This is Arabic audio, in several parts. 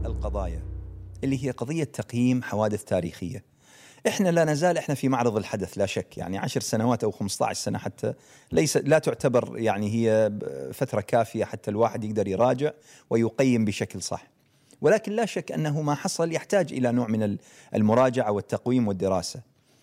القضايا اللي هي قضية تقييم حوادث تاريخية. إحنا لا نزال في معرض الحدث لا شك، يعني 10 سنوات أو 15 سنة حتى لا تعتبر يعني هي فترة كافية حتى الواحد يقدر يراجع ويقيم بشكل صح، ولكن لا شك أنه ما حصل يحتاج إلى نوع من المراجعة والتقويم والدراسة.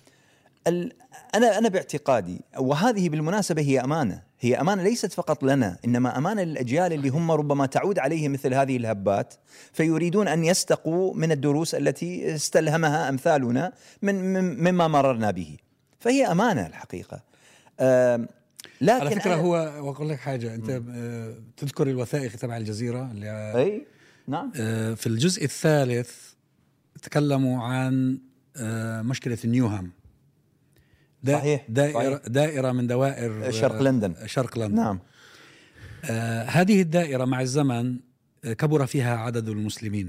أنا باعتقادي، وهذه بالمناسبة هي أمانة ليست فقط لنا، إنما أمانة للأجيال اللي هم ربما تعود عليهم مثل هذه الهبات، فيريدون أن يستقوا من الدروس التي استلهمها أمثالنا مما مررنا به، فهي أمانة الحقيقة. لكن على فكرة هو وأقول لك حاجة، أنت تذكر الوثائق تبع الجزيرة اللي أي نعم في الجزء الثالث تكلموا عن مشكلة نيوهام. صحيح. دائرة من دوائر شرق لندن. نعم. هذه الدائرة مع الزمن كبر فيها عدد المسلمين،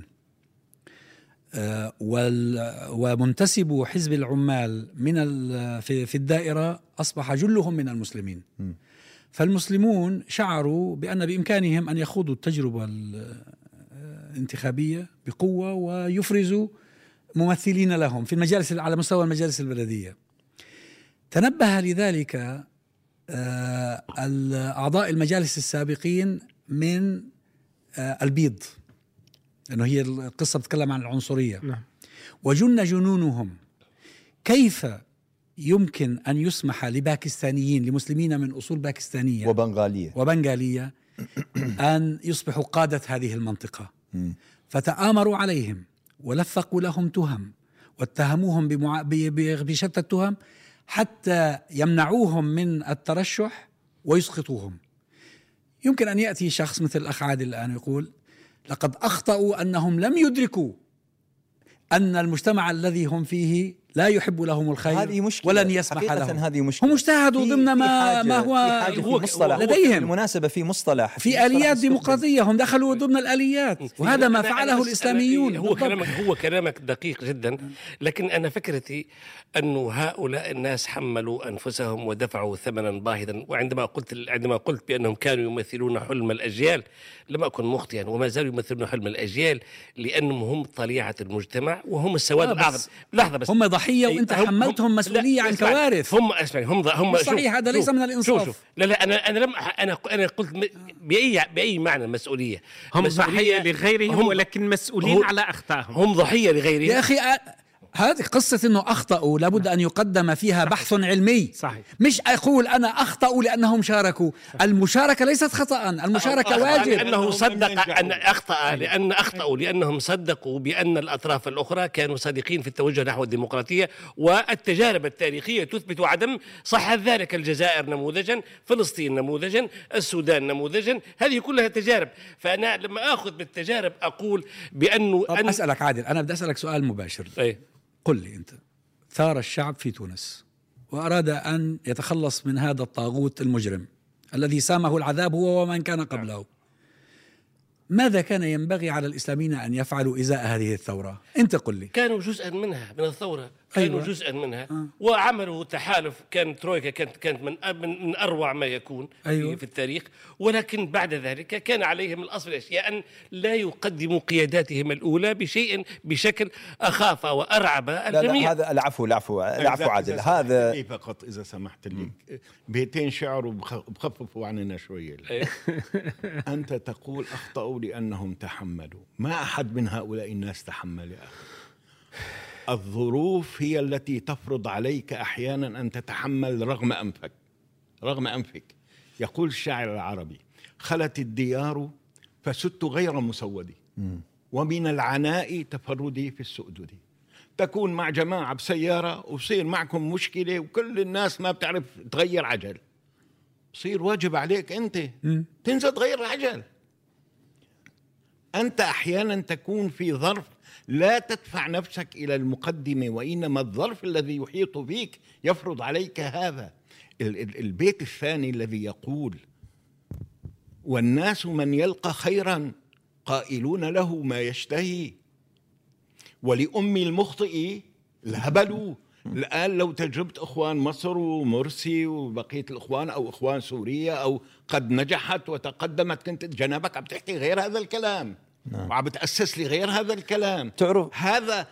ومنتسبو حزب العمال في الدائرة أصبح جلهم من المسلمين. فالمسلمون شعروا بأن بإمكانهم أن يخوضوا التجربة الانتخابية بقوة ويفرزوا ممثلين لهم في المجالس على مستوى المجالس البلدية. تنبه لذلك أعضاء المجالس السابقين من البيض، لأنه هي القصة بتتكلم عن العنصرية. وجن جنونهم، كيف يمكن أن يسمح لباكستانيين، لمسلمين من أصول باكستانية وبنغالية أن يصبحوا قادة هذه المنطقة. فتآمروا عليهم ولفقوا لهم تهم واتهموهم بشتى التهم حتى يمنعوهم من الترشح ويسقطوهم. يمكن أن يأتي شخص مثل الأخ عادل الآن يقول لقد أخطأوا أنهم لم يدركوا أن المجتمع الذي هم فيه لا يحب لهم الخير ولن يسمح لهم. هذه مشكلة. هم اجتهدوا ضمن ما هو لديهم. بالمناسبة في مصطلح في آليات ديمقراطية، هم دخلوا ضمن الآليات، وهذا ما فعله الإسلاميون. هو كلامك دقيق جدا، لكن أنا فكرتي أنه هؤلاء الناس حملوا أنفسهم ودفعوا ثمنا باهظا. وعندما قلت بأنهم كانوا يمثلون حلم الأجيال لم أكن مخطئا، وما زالوا يمثلون حلم الأجيال، لأنهم هم طليعة المجتمع وهم السواد الأعظم. لحظة بس، هم ضحية وأنت حملتهم مسؤولية عن كوارث. هم صحيح، هذا ليس من الإنصاف. شوف. لا أنا قلت بأي معنى مسؤولية. هم ضحية لغيرهم ولكن مسؤولين على أخطائهم. هم ضحية لغيرهم يا أخي. هذه قصة أنه أخطأوا لابد أن يقدم فيها بحث علمي. صحيح. مش أقول أنا أخطأوا لأنهم شاركوا. المشاركة ليست خطأ، المشاركة واجب. لأنه صدق أن أخطأ لأنهم صدقوا بأن الأطراف الأخرى كانوا صادقين في التوجه نحو الديمقراطية، والتجارب التاريخية تثبت عدم صحة ذلك. الجزائر نموذجا، فلسطين نموذجا، السودان نموذجا، هذه كلها تجارب. فأنا لما أخذ بالتجارب أقول بأنه أسألك عادل، أنا بدي أسألك سؤال مباشر. قل لي أنت، ثار الشعب في تونس وأراد أن يتخلص من هذا الطاغوت المجرم الذي سامه العذاب هو ومن كان قبله. ماذا كان ينبغي على الإسلاميين أن يفعلوا إزاء هذه الثورة؟ أنت قل لي. كانوا جزءا منها، من الثورة. كانوا جزءا منها. وعملوا تحالف، كان ترويكا، كانت من أروع ما يكون في التاريخ. ولكن بعد ذلك كان عليهم الأصل الأشياء أن لا يقدموا قياداتهم الأولى بشكل أخاف وأرعب الجميع. هذا العفو عادل. هذا فقط إذا سمحت لي بيتين شعر وبخففوا عننا شوية. أنت تقول أخطأوا لأنهم تحملوا. ما أحد من هؤلاء الناس تحمل يا أخي. الظروف هي التي تفرض عليك أحيانا أن تتحمل رغم أنفك. يقول الشاعر العربي: خلت الديار فسدت غير مسودي، ومن العناء تفردي في السؤدد. تكون مع جماعة بسيارة وصير معكم مشكلة وكل الناس ما بتعرف تغير عجل، صير واجب عليك أنت تنزل تغير العجل. أنت أحيانا تكون في ظرف لا تدفع نفسك إلى المقدمة، وإنما الظرف الذي يحيط بك يفرض عليك هذا. البيت الثاني الذي يقول: والناس من يلقى خيرا قائلون له ما يشتهي، ولأم المخطئ الهبل. الآن لو تجربت إخوان مصر ومرسي وبقية الإخوان أو إخوان سوريا أو قد نجحت وتقدمت، كنت جنبك عم تحكي غير هذا الكلام. وعم بتأسس لي غير هذا الكلام. تعرف هذا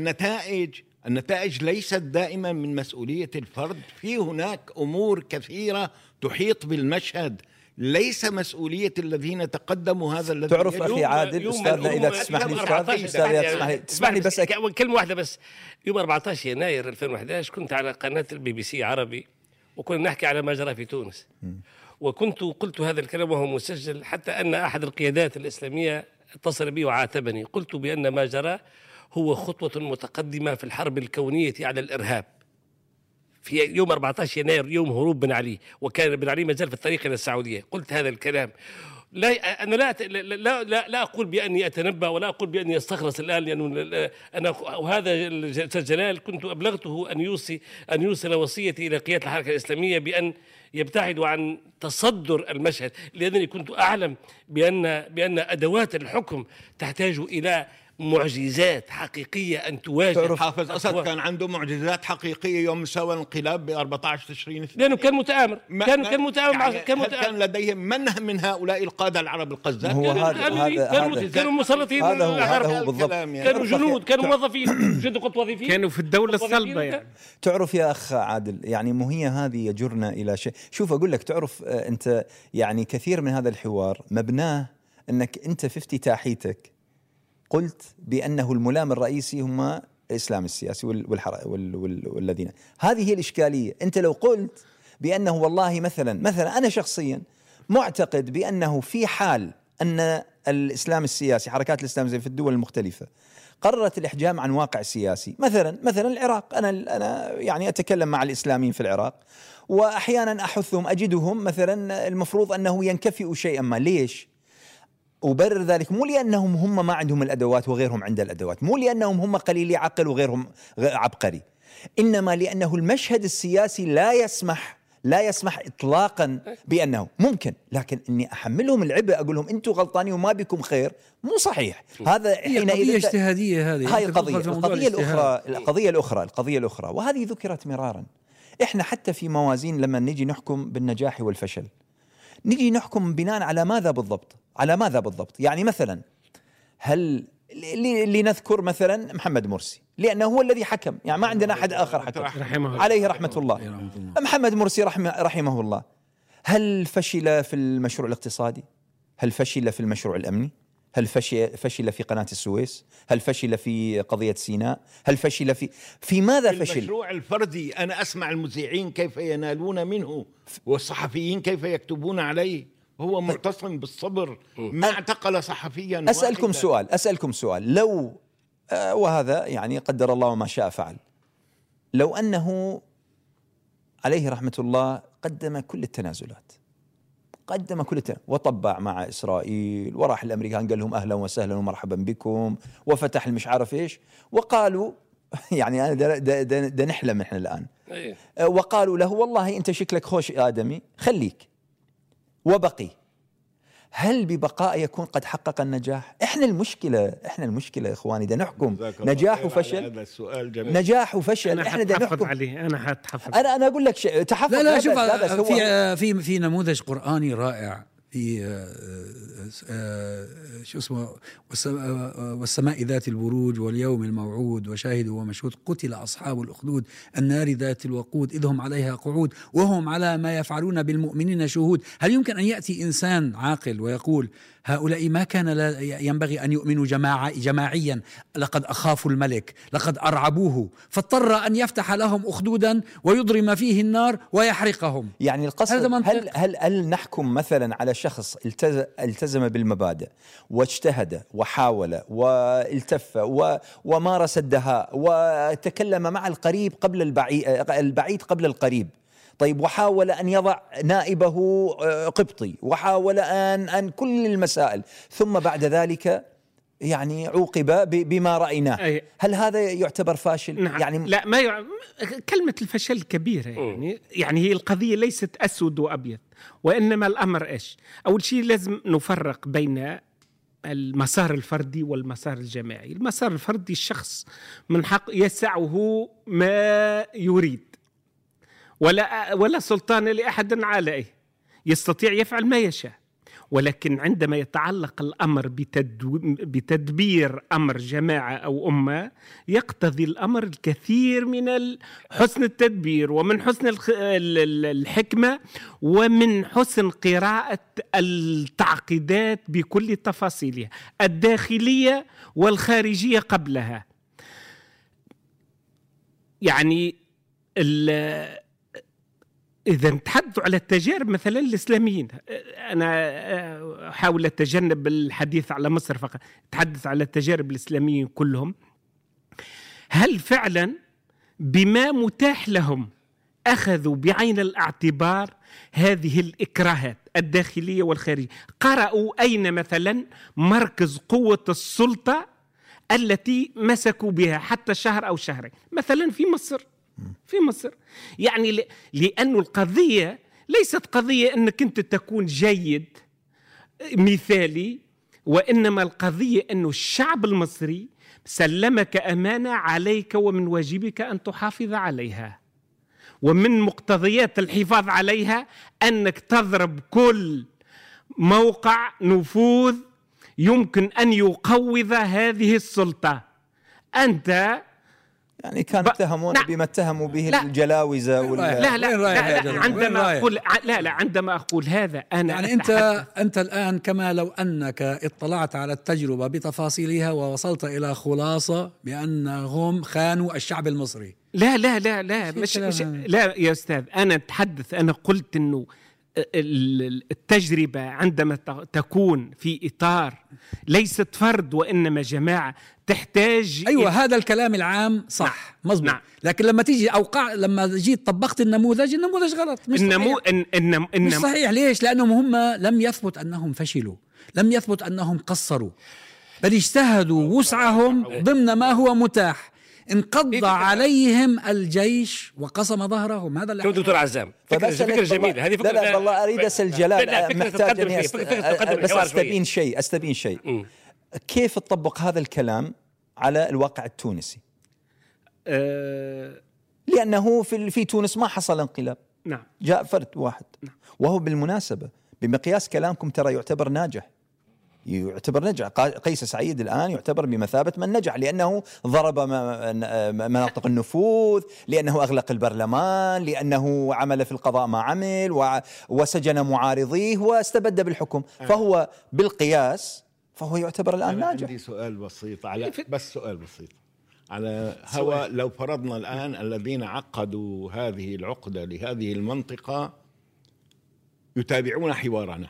النتائج ليست دائما من مسؤولية الفرد. في هناك أمور كثيرة تحيط بالمشهد، ليس مسؤولية الذين تقدموا هذا الذي تعرف أخي عادل أستاذنا إذا تسمح لي تسمح لي بس كلمة واحدة بس. يوم 14 يناير 2011 كنت على قناة الBBC عربي، وكنا نحكي على ما جرى في تونس، وكنت قلت هذا الكلام وهو مسجل، حتى أن أحد القيادات الإسلامية اتصل بي وعاتبني. قلت بأن ما جرى هو خطوة متقدمة في الحرب الكونية على الإرهاب. في يوم 14 يناير يوم هروب بن علي، وكان بن علي ما زال في الطريق إلى السعودية. قلت هذا الكلام. أنا لا أقول بأني أتنبأ، ولا أقول بأني أستخلص الآن، لأنه أنا وهذا الأستاذ جلال كنت أبلغته أن يوصل وصيتي إلى قيادة الحركة الإسلامية بأن يبتعدوا عن تصدر المشهد، لأنني كنت أعلم بأن أدوات الحكم تحتاج إلى معجزات حقيقية أن تواجه. حافظ أسد كان عنده معجزات حقيقية يوم سوى الانقلاب ب 14 تشرين، لأنه كان متآمر. كان لديهم من هؤلاء القادة العرب القذاب. كانوا مسلطين، كانوا جنود، كانوا موظفين، جند وظيفيين، كانوا في الدولة الصلبة يعني. تعرف يا أخ عادل، يعني مهية هذه يجرنا إلى شيء. شوف أقول لك، تعرف أنت يعني كثير من هذا الحوار مبناه أنك أنت في افتتاحيتك قلت بأنه الملام الرئيسي هم الإسلام السياسي والذين، هذه هي الإشكالية. أنت لو قلت بأنه والله مثلا أنا شخصيا معتقد بأنه في حال أن الإسلام السياسي، حركات الإسلام في الدول المختلفة قررت الإحجام عن واقع سياسي، مثلا العراق، أنا يعني أتكلم مع الإسلاميين في العراق وأحيانا أحثهم، أجدهم مثلا المفروض أنه ينكفئوا شيئا ما. ليش؟ وبرر ذلك مو لأنهم هم ما عندهم الأدوات وغيرهم عنده الأدوات، مو لأنهم هم قليلي عقل وغيرهم عبقري، إنما لأنه المشهد السياسي لا يسمح إطلاقا بأنه ممكن. لكن إني أحملهم العبء أقول لهم أنتم غلطانين وما بكم خير، مو صحيح. هذا قضية اجتهادية. هاي القضية الأخرى وهذه ذكرت مرارا. إحنا حتى في موازين لما نجي نحكم بالنجاح والفشل نجي نحكم بناء على ماذا بالضبط؟ يعني مثلا هل لنذكر مثلا محمد مرسي، لأنه هو الذي حكم، يعني ما عندنا أحد آخر حكم عليه رحمة الله. محمد مرسي رحمه الله، هل فشل في المشروع الاقتصادي؟ هل فشل في المشروع الأمني؟ هل فشل في قناة السويس؟ هل فشل في قضية سيناء؟ هل فشل في ماذا فشل؟ المشروع الفردي أنا أسمع المذيعين كيف ينالون منه والصحفيين كيف يكتبون عليه، هو معتصم بالصبر، ما اعتقل صحفيا. أسألكم سؤال، لو وهذا يعني قدر الله ما شاء فعل، لو أنه عليه رحمة الله قدم كل التنازلات، وطبع مع إسرائيل وراح الأمريكان قال لهم أهلا وسهلا ومرحبا بكم وفتح المش عارف إيش، وقالوا يعني أنا دا نحلم إحنا الآن، وقالوا له والله أنت شكلك خوش آدمي خليك وبقي، هل ببقاء يكون قد حقق النجاح؟ إحنا المشكلة يا إخواني، ده نحكم نجاح وفشل. هذا السؤال جميل. نجاح وفشل، أنا إحنا ده نحكم عليه. أنا حتحفظ. أنا أقول لك شيء تحفظ. لا شوف، في نموذج قرآني رائع في شو اسمه، والسماء ذات البروج واليوم الموعود وشاهد ومشهود، قتل أصحاب الأخدود النار ذات الوقود إذ هم عليها قعود وهم على ما يفعلون بالمؤمنين شهود. هل يمكن أن يأتي إنسان عاقل ويقول هؤلاء ما كان ينبغي أن يؤمنوا جماعيا، لقد أخافوا الملك، لقد أرعبوه، فاضطر أن يفتح لهم أخدودا ويضرم فيه النار ويحرقهم؟ يعني القصد هل نحكم مثلا على شخص التزم بالمبادئ واجتهد وحاول والتف ومارس الدهاء وتكلم مع القريب قبل البعيد قبل القريب، طيب وحاول أن يضع نائبه قبطي وحاول أن كل المسائل، ثم بعد ذلك يعني عوقب بما رأيناه، هل هذا يعتبر فاشل؟ نعم. يعني لا، ما كلمة الفشل كبيرة يعني هي القضية ليست أسود وأبيض، وإنما الأمر إيش؟ أول شيء لازم نفرق بين المسار الفردي والمسار الجماعي. المسار الفردي الشخص من حق يسعه ما يريد، ولا سلطان لأحد عليه، يستطيع يفعل ما يشاء، ولكن عندما يتعلق الأمر بتدبير أمر جماعة أو أمة يقتضي الأمر الكثير من حسن التدبير ومن حسن الحكمة ومن حسن قراءة التعقيدات بكل تفاصيلها الداخلية والخارجية قبلها. يعني إذا نتحدث على التجارب مثلا الإسلاميين، أنا أحاول أتجنب الحديث على مصر فقط، أتحدث على التجارب الإسلاميين كلهم. هل فعلا بما متاح لهم أخذوا بعين الاعتبار هذه الإكراهات الداخلية والخارجية؟ قرأوا أين مثلا مركز قوة السلطة التي مسكوا بها حتى شهر أو شهرين مثلا في مصر. يعني لأن القضية ليست قضية أنك أنت تكون جيد مثالي، وإنما القضية أن الشعب المصري سلمك أمانة عليك ومن واجبك أن تحافظ عليها، ومن مقتضيات الحفاظ عليها أنك تضرب كل موقع نفوذ يمكن أن يقوض هذه السلطة. أنت يعني كانوا يتهمون بما اتهموا به الجلاوزة عندما أقول هذا أنا يعني أنت الآن كما لو أنك اطلعت على التجربة بتفاصيلها ووصلت إلى خلاصة بأنهم خانوا الشعب المصري. لا مش لا يا أستاذ، أنا قلت أنه التجربة عندما تكون في إطار ليست فرد وإنما جماعة تحتاج هذا الكلام العام صح مظبوط. لكن لما تيجي لما جيت طبقت النموذج غلط، مش صحيح. ليش؟ لأنهم هم لم يثبت أنهم فشلوا، لم يثبت أنهم قصروا، بل اجتهدوا وسعهم ضمن ما هو متاح. انقض عليهم الجيش وقسم ظهرهم. هذا اللي دكتور عزام فكرة جميلة هذه. لا والله أريد أسأل جلال، محتاج بس أستبين شيء. كيف تطبق هذا الكلام على الواقع التونسي؟ لأنه في تونس ما حصل انقلاب، جاء فرد واحد، وهو بالمناسبة بمقياس كلامكم ترى يعتبر ناجح. قيس سعيد الآن يعتبر بمثابة من نجح، لأنه ضرب مناطق النفوذ، لأنه أغلق البرلمان، لأنه عمل في القضاء ما عمل وسجن معارضيه واستبد بالحكم. فهو بالقياس فهو يعتبر الآن ناجح. عندي سؤال بسيط على هوا. لو فرضنا الآن الذين عقدوا هذه العقدة لهذه المنطقة يتابعون حوارنا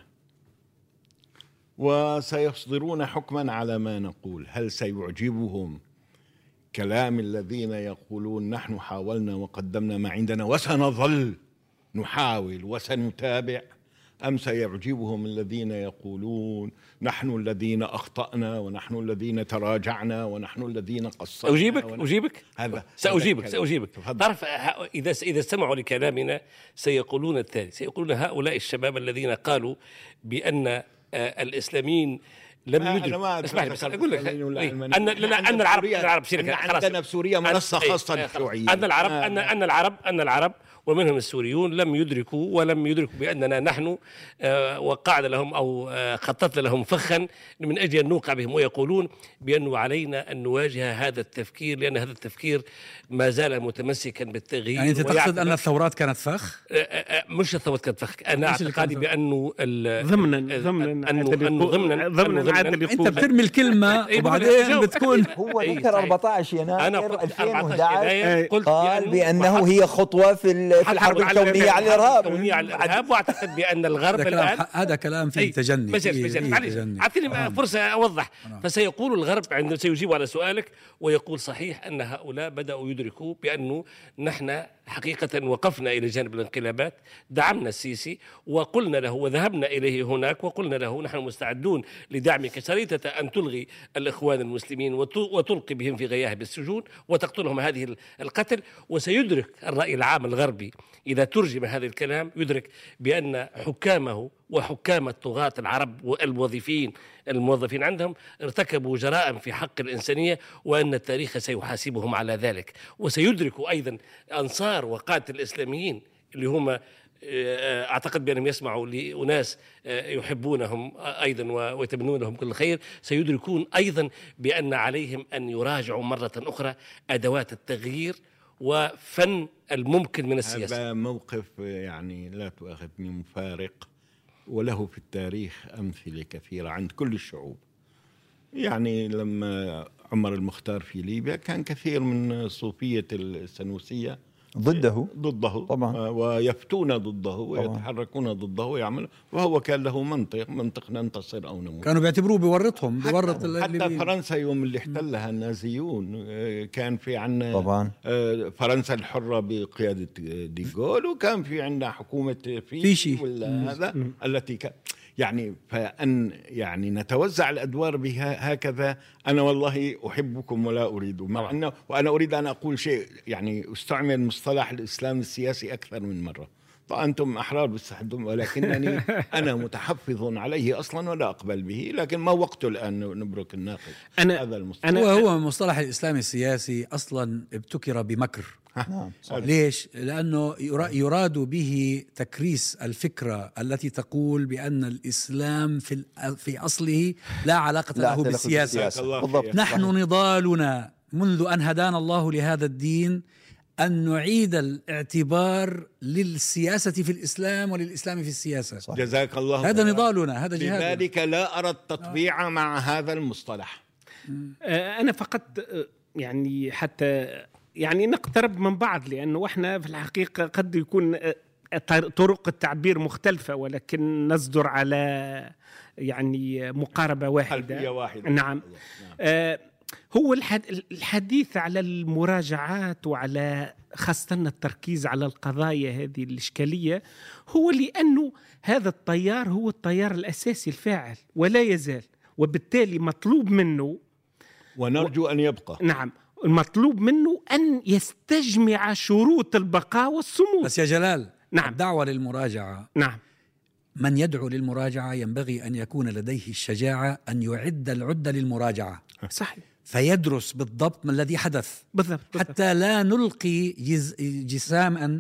وسيصدرون حكما على ما نقول، هل سيعجبهم كلام الذين يقولون نحن حاولنا وقدمنا ما عندنا وسنظل نحاول وسنتابع، أم سيعجبهم الذين يقولون نحن الذين أخطأنا ونحن الذين تراجعنا ونحن الذين قصرنا؟ سأجيبك. تعرف إذا استمعوا لكلامنا سيقولون التالي، سيقولون هؤلاء الشباب الذين قالوا بأن الإسلاميين لم يدركوا. اسمعني بس أقول لك أن العرب عندنا في سوريا منصة خاصة للشيوعيين، أن العرب ومنهم السوريون لم يدركوا بأننا نحن وقعنا لهم أو خططنا لهم فخا من أجل أن نوقع بهم، ويقولون بأنه علينا أن نواجه هذا التفكير لأن هذا التفكير ما زال متمسكا بالتغيير. يعني أنت تقصد أن الثورات كانت فخ؟ مش الثورات كانت فخ، أنا اعتقادي بأنه ضمنا أنت بترمي الكلمة وبعدين بتكون هو ذكر 14 يناير 2011 قال بأنه هي خطوة في الحرب الكونية على الإرهاب، واعتقد بأن الغرب الآن هذا كلام فيه تجني. أعطيني فرصة أوضح. فسيقول الغرب عندما سيجيب على سؤالك ويقول صحيح أن هؤلاء بدأوا يدركوا بأنه نحن حقيقة وقفنا إلى جانب الانقلابات، دعمنا السيسي وقلنا له وذهبنا إليه هناك وقلنا له نحن مستعدون لدعمك شريطة أن تلغي الإخوان المسلمين وتلقي بهم في غياهب السجون وتقتلهم هذه القتل. وسيدرك الرأي العام الغربي إذا ترجم هذا الكلام، يدرك بأن حكامه وحكام الطغاة العرب والموظفين عندهم ارتكبوا جرائم في حق الإنسانية، وأن التاريخ سيحاسبهم على ذلك. وسيدرك أيضا أنصار وقادة الإسلاميين اللي هم أعتقد بأنهم يسمعوا لأناس يحبونهم أيضا ويتمنونهم كل خير، سيدركون أيضا بأن عليهم أن يراجعوا مرة أخرى أدوات التغيير وفن الممكن من السياسة. هذا موقف يعني لا تؤاخذني مفارق، وله في التاريخ أمثلة كثيرة عند كل الشعوب. يعني لما عمر المختار في ليبيا كان كثير من صوفية السنوسية ضده طبعا، ويفتون ضده ويتحركون ضده ويعمل، وهو كان له منطق ننتصر أو نموت. كانوا بيعتبروه بورط حتى فرنسا يوم اللي احتلها النازيون كان في عنا طبعا فرنسا الحرة بقيادة ديغول، وكان في عنا حكومة فيشي ولا هذا التي يعني فأن يعني نتوزع الأدوار بها هكذا. أنا والله أحبكم ولا أريد، مع أنه وأنا أريد أن أقول شيء، يعني استعمل مصطلح الإسلام السياسي أكثر من مرة، فأنتم أحرار بالتحدث، ولكنني أنا متحفظ عليه أصلا ولا أقبل به، لكن ما وقته الآن نبرك الناقد. هذا المصطلح هو مصطلح الإسلام السياسي أصلا ابتكر بمكر. ليش؟ لأنه يراد به تكريس الفكرة التي تقول بأن الإسلام في أصله لا علاقة له بالسياسة. بالضبط. نحن نضالنا منذ أن هدانا الله لهذا الدين أن نعيد الاعتبار للسياسة في الإسلام وللإسلام في السياسة. صح. جزاك الله. هذا نضالنا، هذا جهادنا. لذلك لا أرى التطبيع مع هذا المصطلح. أنا فقط يعني حتى يعني نقترب من بعض، لأنه إحنا في الحقيقة قد يكون طرق التعبير مختلفة، ولكن نصدر على يعني مقاربة واحدة. نعم. هو الحديث على المراجعات وعلى خاصة التركيز على القضايا هذه الإشكالية، هو لأنه هذا التيار هو التيار الأساسي الفاعل ولا يزال، وبالتالي مطلوب منه ونرجو أن يبقى. نعم، المطلوب منه أن يستجمع شروط البقاء والصمود. بس يا جلال، نعم، الدعوة للمراجعة، نعم، من يدعو للمراجعة ينبغي أن يكون لديه الشجاعة أن يعد العدة للمراجعة. صحيح. فيدرس بالضبط ما الذي حدث. بالضبط. حتى لا نلقي جساما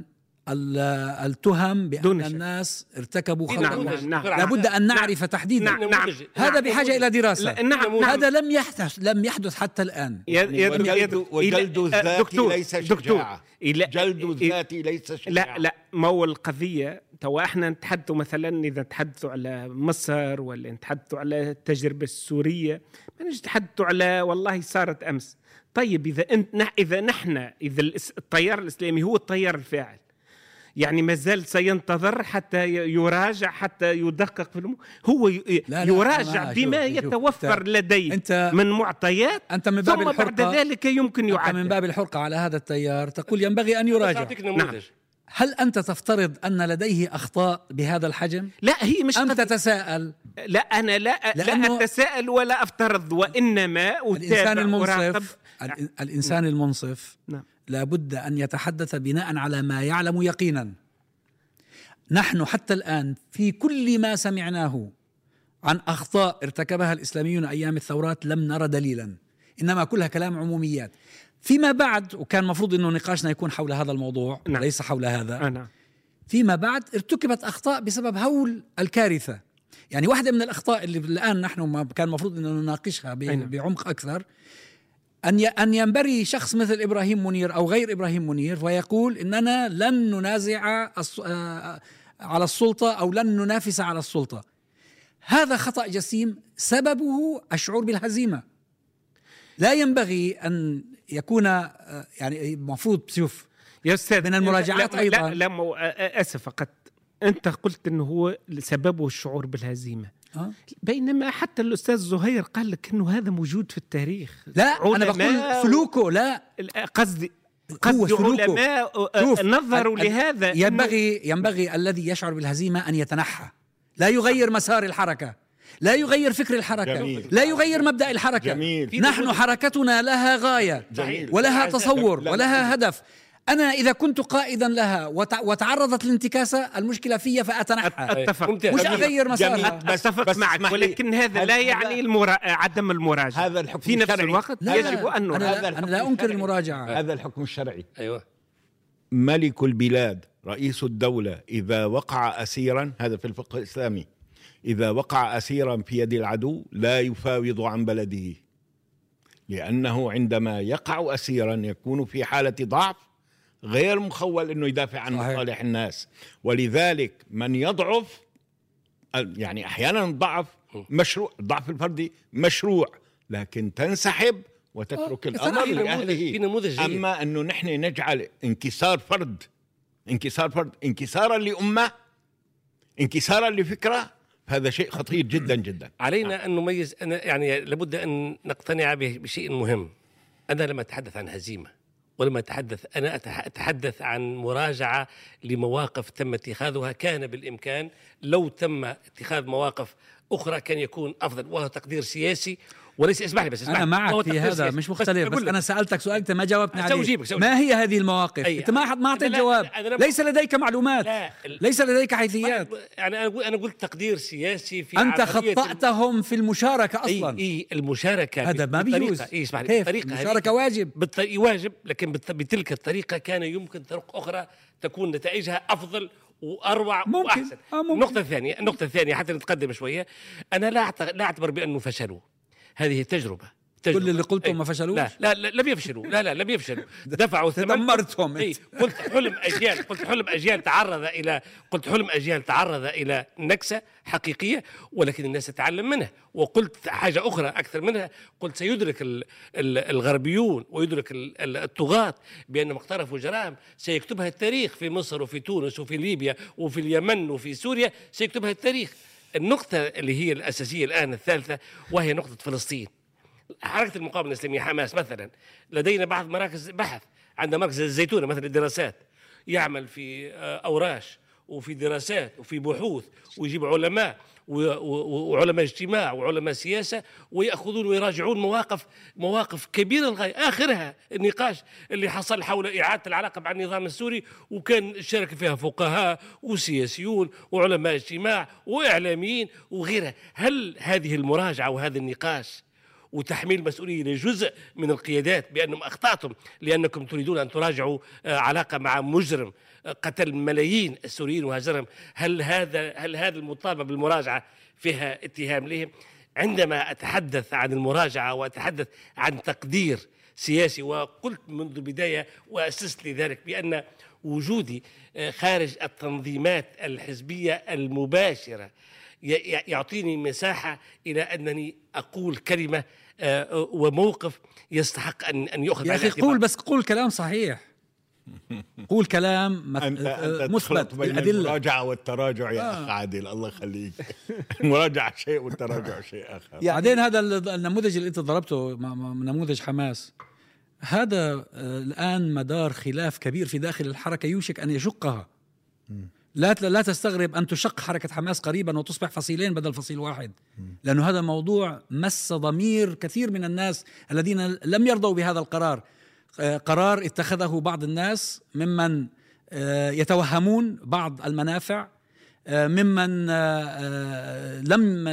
التهم بأن الناس ارتكبوا خطأ. لابد أن نعرف تحديدا. نعم. هذا بحاجة إلى دراسة. نعم. هذا لم يحدث حتى الآن. وجلد الذات ليس شجاعة. جلد الذات ليس شجاعة. لا ما هو القضية. تو احنا نتحدثوا مثلا إذا نتحدثوا على مصر ولا نتحدثوا على التجربة السورية، ما نتحدثوا على والله صارت أمس. طيب إذا نحن التيار الإسلامي هو التيار الفاعل، يعني ما زال سينتظر حتى يراجع، حتى يدقق في الأمور. هو يراجع بما يتوفر لديه من معطيات، أنت من باب ثم بعد ذلك يمكن يعدل. من باب الحرقة على هذا التيار تقول ينبغي أن يراجع. نعم. هل أنت تفترض أن لديه أخطاء بهذا الحجم؟ لا، هي مش أم تتساءل؟ لا، أنا لا أتساءل ولا أفترض، وإنما الإنسان المنصف نعم. لابد أن يتحدث بناء على ما يعلم يقينا. نحن حتى الآن في كل ما سمعناه عن أخطاء ارتكبها الإسلاميون أيام الثورات لم نرى دليلا، إنما كلها كلام عموميات. فيما بعد، وكان مفروض أنه نقاشنا يكون حول هذا الموضوع، نعم. ليس حول هذا. نعم. فيما بعد ارتكبت أخطاء بسبب هول الكارثة. يعني واحدة من الأخطاء اللي الآن نحن ما كان مفروض أنه نناقشها بعمق أكثر، أن ينبري شخص مثل إبراهيم منير أو غير إبراهيم منير ويقول إننا لن ننازع على السلطة أو لن ننافس على السلطة. هذا خطأ جسيم سببه الشعور بالهزيمة. لا ينبغي أن يكون يعني مفروض شوف يا أستاذ من المراجعات أيضا. لا أسف فقط أنت قلت أنه هو سببه الشعور بالهزيمة، بينما حتى الأستاذ زهير قال لك أنه هذا موجود في التاريخ. لا، أنا بقول سلوكه. لا، قصدي علماء نظروا لهذا. ينبغي الذي يشعر بالهزيمة أن يتنحى، لا يغير مسار الحركة، لا يغير فكر الحركة. جميل. لا يغير مبدأ الحركة. جميل. نحن حركتنا لها غاية. جميل. ولها تصور ولها هدف. أنا إذا كنت قائدا لها وتعرضت لانتكاسة، المشكلة فيها فأتنحى. أتفق. مش أغير مسارها. أتفق معك، ولكن هذا لا يعني عدم المراجعة. هذا الحكم في نفس الوقت يجب أن أنا لا أنكر المراجعة. هذا الحكم الشرعي. أيوة. ملك البلاد رئيس الدولة إذا وقع أسيرا، هذا في الفقه الإسلامي، إذا وقع أسيرا في يد العدو لا يفاوض عن بلده، لأنه عندما يقع أسيرا يكون في حالة ضعف غير مخول أنه يدافع عن مصالح الناس. ولذلك من يضعف، يعني أحيانا الضعف مشروع، الضعف الفردي مشروع، لكن تنسحب وتترك الأمر لأهله. أما أنه نحن نجعل انكسار فرد انكسارا لأمة، انكسارا لفكرة، هذا شيء خطير جدا جدا. علينا أن نميز، يعني لابد أن نقتنع بشيء مهم. أنا لما أتحدث عن هزيمة ولما أنا أتحدث عن مراجعة لمواقف تم اتخاذها، كان بالإمكان لو تم اتخاذ مواقف أخرى كان يكون أفضل، وهو تقدير سياسي وليس. اسمح لي أنا معك في هذا سياسي. مش مختلف، بس أنا سألتك سؤال أنت ما جاوبتني عليه. ما هي هذه المواقف؟ أنت ما أعطيت جواب. ليس لديك معلومات، ليس لديك حيثيات. يعني أنا قلت تقدير سياسي في أنت خطأتهم في المشاركة أصلا. المشاركة هذا ما بيجوز. المشاركة واجب، واجب، لكن بتلك الطريقة كان يمكن طرق أخرى تكون نتائجها أفضل وأروع وأحسن. النقطة الثانية حتى نتقدم شوية، أنا لا أعتبر بأنه فشلوا. هذه تجربة. كل اللي قلتهم ما فشلوش. لا لم يفشلوا. لم يفشلوا. دفعوا الثمن. دمرتهم. قلت حلم أجيال تعرض إلى نكسة حقيقية، ولكن الناس تتعلم منها. وقلت حاجة أخرى أكثر منها، قلت سيدرك الغربيون ويدرك الطغاة بأنهم اقترفوا جرائم سيكتبها التاريخ في مصر وفي تونس وفي ليبيا وفي اليمن وفي سوريا، سيكتبها التاريخ. النقطة اللي هي الأساسية الآن الثالثة، وهي نقطة فلسطين. حركة المقاومة الإسلامية حماس مثلا، لدينا بعض مراكز بحث، عندنا مركز الزيتونة مثلا الدراسات، يعمل في أوراش وفي دراسات وفي بحوث، ويجيب علماء وعلماء اجتماع وعلماء سياسة، ويأخذون ويراجعون مواقف كبيرة للغاية. آخرها النقاش اللي حصل حول إعادة العلاقة مع النظام السوري، وكان شارك فيها فقهاء وسياسيون وعلماء اجتماع وإعلاميين وغيرها. هل هذه المراجعة وهذا النقاش وتحميل مسؤولية لجزء من القيادات بأنهم أخطأتم لأنكم تريدون أن تراجعوا علاقة مع مجرم قتل ملايين السوريين وهجرهم، هل هذا المطالبة بالمراجعة فيها اتهام لهم؟ عندما أتحدث عن المراجعة وأتحدث عن تقدير سياسي، وقلت منذ البداية وأسست لذلك بأن وجودي خارج التنظيمات الحزبية المباشرة يعطيني مساحة إلى أنني أقول كلمة وموقف يستحق أن يؤخذ. يا أخي قول كلام صحيح، قول كلام مثبت بالأدلة. المراجعة والتراجع يا أخ عادل، الله يخليك. المراجعة شيء والتراجع شيء آخر. بعدين هذا النموذج اللي أنت ضربته، نموذج حماس، هذا الآن مدار خلاف كبير في داخل الحركة يوشك أن يشقها. لا تستغرب أن تشق حركة حماس قريبا وتصبح فصيلين بدل فصيل واحد، لأنه هذا موضوع مس ضمير كثير من الناس الذين لم يرضوا بهذا القرار. قرار اتخذه بعض الناس ممن يتوهمون بعض المنافع، ممن لم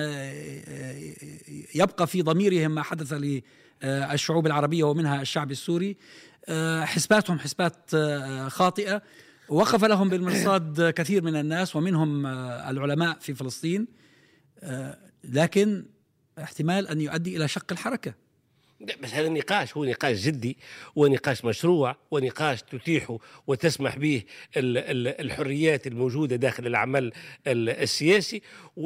يبقى في ضميرهم ما حدث للشعوب العربية ومنها الشعب السوري. حسباتهم حسبات خاطئة، وقف لهم بالمرصاد كثير من الناس ومنهم العلماء في فلسطين، لكن احتمال أن يؤدي إلى شق الحركة. بس هذا النقاش هو نقاش جدي ونقاش مشروع ونقاش تتيح وتسمح به الحريات الموجودة داخل العمل السياسي.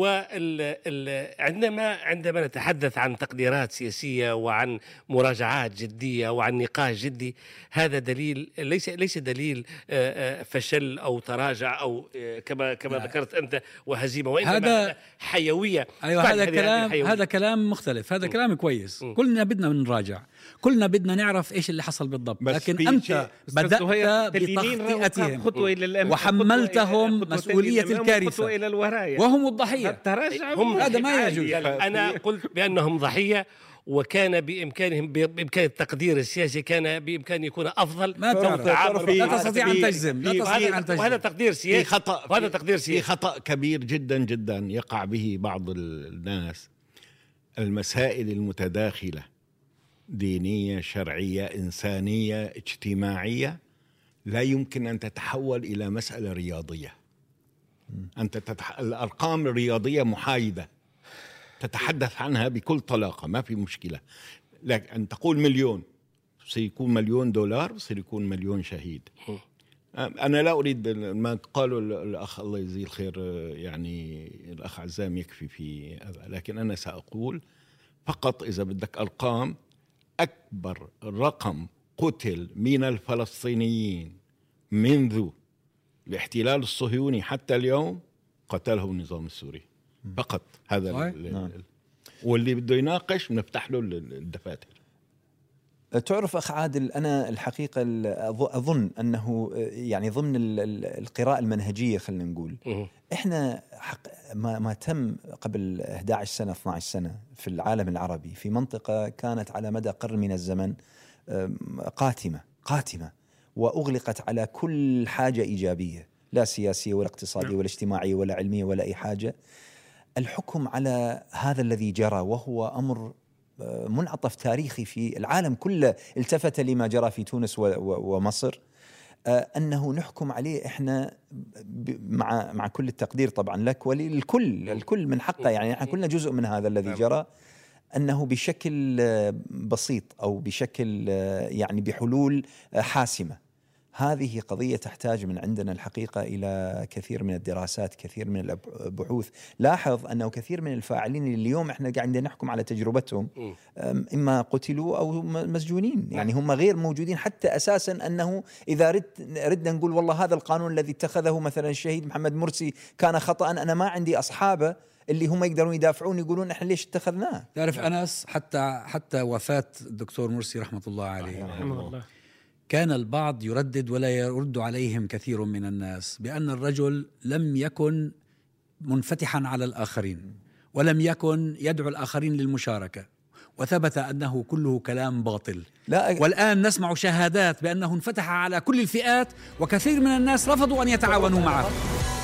عندما نتحدث عن تقديرات سياسية وعن مراجعات جدية وعن نقاش جدي، هذا دليل ليس دليل فشل أو تراجع أو كما ذكرت أنت وهزيمة، وإنما حيوية. أيوة، هذا كلام مختلف، هذا كلام كويس. كلنا بدنا نراجع، كلنا بدنا نعرف إيش اللي حصل بالضبط، لكن أنت بدأت بتخطئتهم وحملتهم مسؤولية الكارثة وهم الضحية. هذا ما يجوز. أنا قلت بأنهم ضحية، وكان بإمكان التقدير السياسي كان بإمكان يكون أفضل. ما لا تستطيع أن تجزم. وهذا تقدير سياسي. وهذا تقدير سياسي. خطأ كبير جدا جدا يقع به بعض الناس. المسائل المتداخلة، دينية، شرعية، إنسانية، اجتماعية، لا يمكن أن تتحول إلى مسألة رياضية. أنت الأرقام الرياضية محايدة تتحدث عنها بكل طلاقة، ما في مشكلة. لكن أن تقول مليون سيكون $1,000,000 سيكون 1,000,000 شهيد. أنا لا أريد ما قالوا الأخ الله يجزيه الخير، يعني الأخ عزام يكفي في هذا، لكن أنا سأقول فقط إذا بدك أرقام، أكبر رقم قتل من الفلسطينيين منذ الاحتلال الصهيوني حتى اليوم قتله النظام السوري فقط. هذا واللي بده يناقش نفتح له الدفاتر. تعرف أخ عادل، أنا الحقيقة أظن أنه يعني ضمن القراءة المنهجية خلينا نقول إحنا ما تم قبل 11 سنة 12 سنة في العالم العربي في منطقة كانت على مدى قرن من الزمن قاتمة وأغلقت على كل حاجة إيجابية، لا سياسية ولا اقتصادية ولا اجتماعية ولا علمية ولا أي حاجة. الحكم على هذا الذي جرى وهو أمر منعطف تاريخي في العالم كله التفت لما جرى في تونس ومصر، أنه نحكم عليه إحنا مع كل التقدير طبعا لك وللكل من حقه، يعني إحنا كلنا جزء من هذا الذي جرى، أنه بشكل بسيط أو بشكل يعني بحلول حاسمة. هذه قضية تحتاج من عندنا الحقيقة إلى كثير من الدراسات، كثير من البحوث. لاحظ أنه كثير من الفاعلين اليوم إحنا قاعدين نحكم على تجربتهم إما قتلوا أو مسجونين، يعني هم غير موجودين حتى أساسا. أنه إذا ردنا نقول والله هذا القانون الذي اتخذه مثلا الشهيد محمد مرسي كان خطأ، أنا ما عندي أصحابه اللي هم يقدرون يدافعون يقولون إحنا ليش اتخذناه. تعرف أنس، حتى وفاة الدكتور مرسي رحمة الله عليه كان البعض يردد ولا يرد عليهم كثير من الناس بأن الرجل لم يكن منفتحا على الآخرين ولم يكن يدعو الآخرين للمشاركة، وثبت أنه كله كلام باطل. والآن نسمع شهادات بأنه انفتح على كل الفئات، وكثير من الناس رفضوا أن يتعاونوا معه.